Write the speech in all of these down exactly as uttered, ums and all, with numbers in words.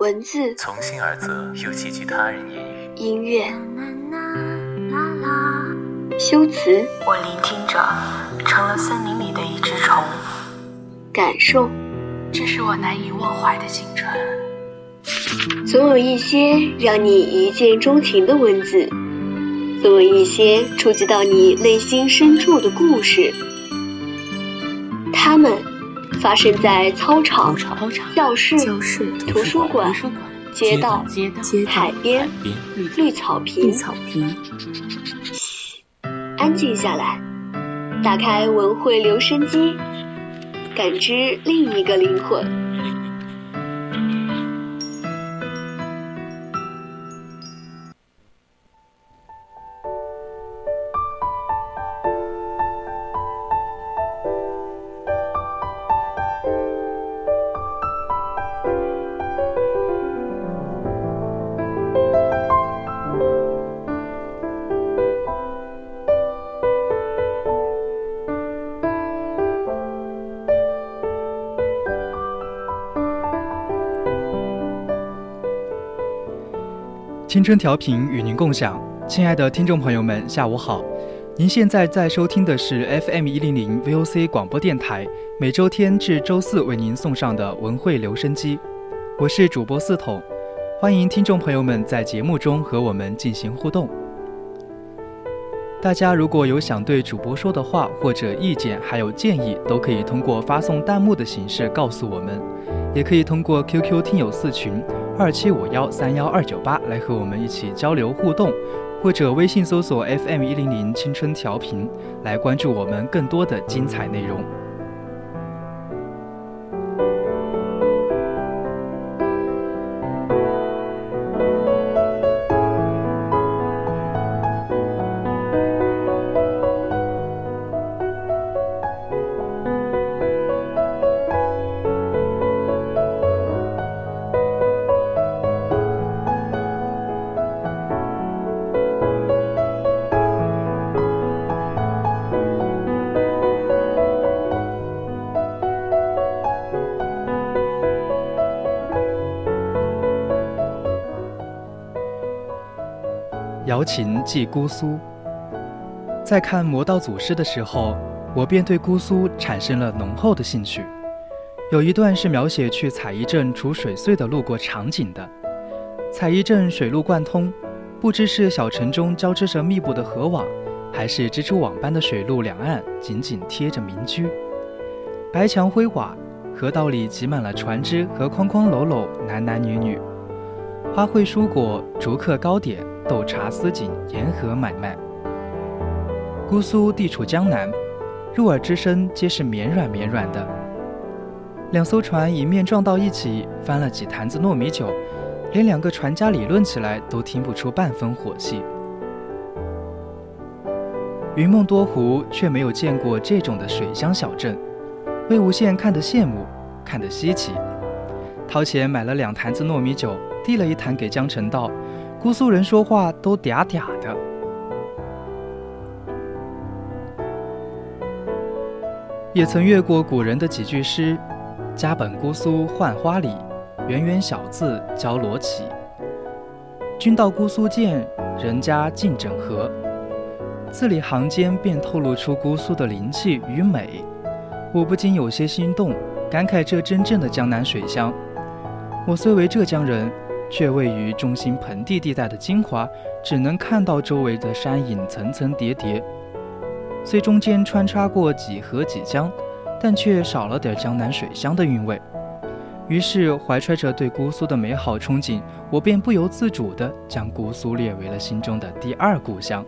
文字从心而泽，又寄居他人言语。 音乐修辞， 我聆听着，成了森林里的一只虫。 感受， 这是我难以忘怀的青春。 总有一些让你一见钟情的文字，总有一些触及到你内心深处的故事。它们发生在操场、教室、图书馆、街道、海边、绿草坪。嘘，安静下来，打开文汇留声机，感知另一个灵魂。 青春调频与您共享，亲爱的听众朋友们，下午好！您现在在收听的是 F M 一零零 V O C 广播电台，每周天至周四为您送上的文汇留声机，我是主播四筒，欢迎听众朋友们在节目中和我们进行互动。大家如果有想对主播说的话或者意见还有建议，都可以通过发送弹幕的形式告诉我们，也可以通过 Q Q 听友四群二七五幺三幺二九八来和我们一起交流互动，或者微信搜索 F M 一零零青春调频来关注我们更多的精彩内容。瑶琴寄姑苏。在看《魔道祖师》的时候，我便对姑苏产生了浓厚的兴趣。有一段是描写去采邑镇除水隧的路过场景的。采邑镇水路贯通，不知是小城中交织着密布的河网，还是蜘蛛网般的水路两岸紧紧贴着民居。白墙灰瓦，河道里挤满了船只和筐筐篓篓男男女女。花卉蔬果，竹客糕点，豆茶丝锦，沿河买卖。姑苏地处江南，入耳之声皆是绵软绵软的。两艘船迎面撞到一起，翻了几坛子糯米酒，连两个船家理论起来都听不出半分火气。云梦多湖却没有见过这种的水乡小镇，魏无羡看得羡慕，看得稀奇，掏钱买了两坛子糯米酒，递了一坛给江城道，姑苏人说话都嗲嗲的。也曾阅过古人的几句诗：家本姑苏浣花里，远远小字交罗绮。君到姑苏见，人家尽整合。字里行间便透露出姑苏的灵气与美，我不禁有些心动，感慨这真正的江南水乡。我虽为浙江人，却位于中心盆地地带的金华，只能看到周围的山影层层叠叠，虽中间穿插过几河几江，但却少了点江南水乡的韵味。于是怀揣着对姑苏的美好憧憬，我便不由自主地将姑苏列为了心中的第二故乡。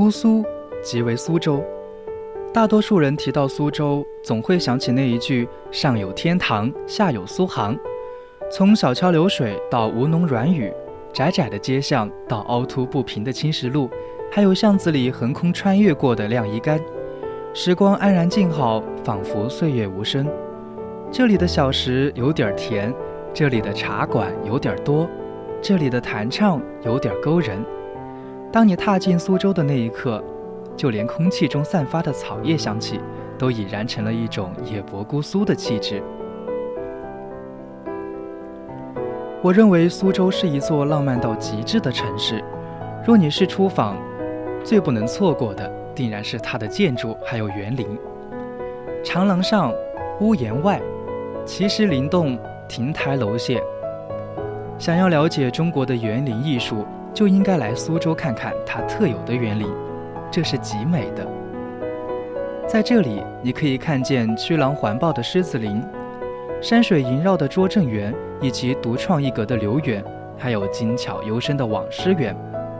姑苏即为苏州。大多数人提到苏州，总会想起那一句上有天堂，下有苏杭。从小桥流水到吴侬软语，窄窄的街巷到凹凸不平的青石路，还有巷子里横空穿越过的晾衣杆，时光安然静好，仿佛岁月无声。这里的小食有点甜，这里的茶馆有点多，这里的弹唱有点勾人。当你踏进苏州的那一刻，就连空气中散发的草叶香气都已然成了一种野泊姑苏的气质。我认为苏州是一座浪漫到极致的城市，若你是出访，最不能错过的定然是它的建筑还有园林。长廊上屋檐外，奇石灵动，亭台楼榭。想要了解中国的园林艺术，就应该来苏州看看它特有的园林，这是极美的。在这里，你可以看见曲廊环抱的狮子林，山水萦绕的拙政园，以及独创一格的留园，还有精巧幽深的网师园。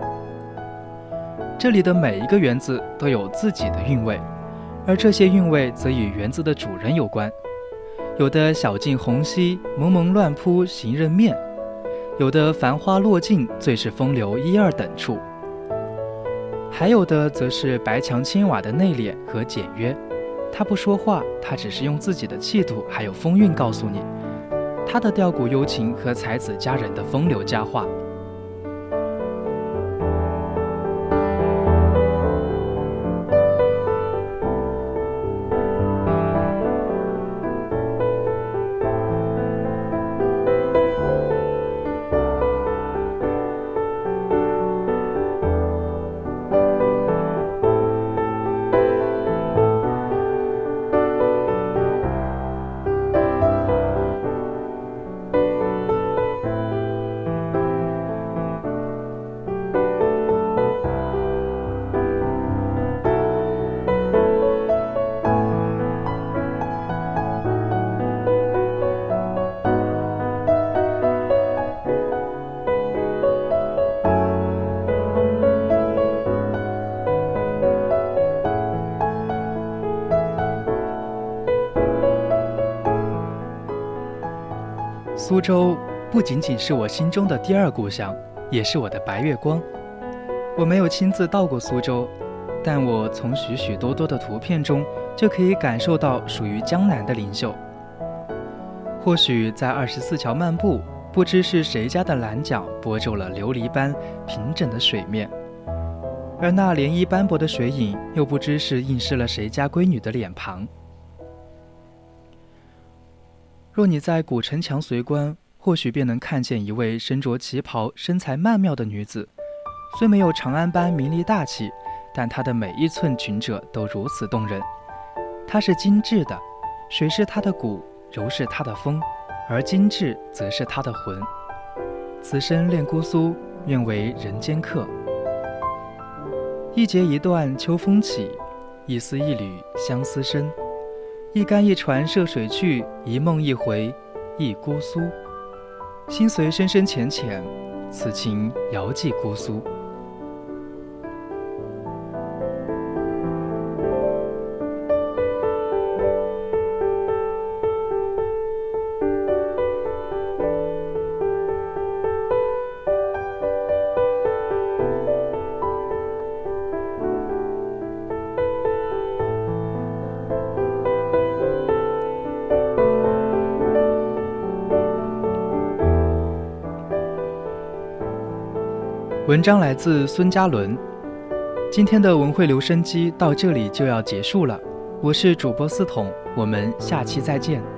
这里的每一个园子都有自己的韵味，而这些韵味则与园子的主人有关。有的小径红溪，蒙蒙乱铺行人面；有的繁花落尽，最是风流一二等处。还有的则是白墙青瓦的内敛和简约，他不说话，他只是用自己的气度还有风韵告诉你他的调古幽情和才子佳人的风流佳话。苏州不仅仅是我心中的第二故乡，也是我的白月光。我没有亲自到过苏州，但我从许许多多的图片中就可以感受到属于江南的灵秀。或许在二十四桥漫步，不知是谁家的蓝桨拨皱了琉璃般平整的水面，而那涟漪斑驳的水影，又不知是映湿了谁家闺女的脸庞。若你在古城墙随观，或许便能看见一位身着旗袍、身材曼妙的女子。虽没有长安般名利大气，但她的每一寸裙褶都如此动人。她是精致的，水是她的骨，柔是她的风，而精致则是她的魂。此生恋姑苏，愿为人间客。一节一段秋风起，一丝一缕相思生。一竿一船涉水去，一梦一回忆姑苏。心随深深浅浅，此情遥寄姑苏。文章来自孙嘉伦。今天的文汇留声机到这里就要结束了，我是主播思彤，我们下期再见。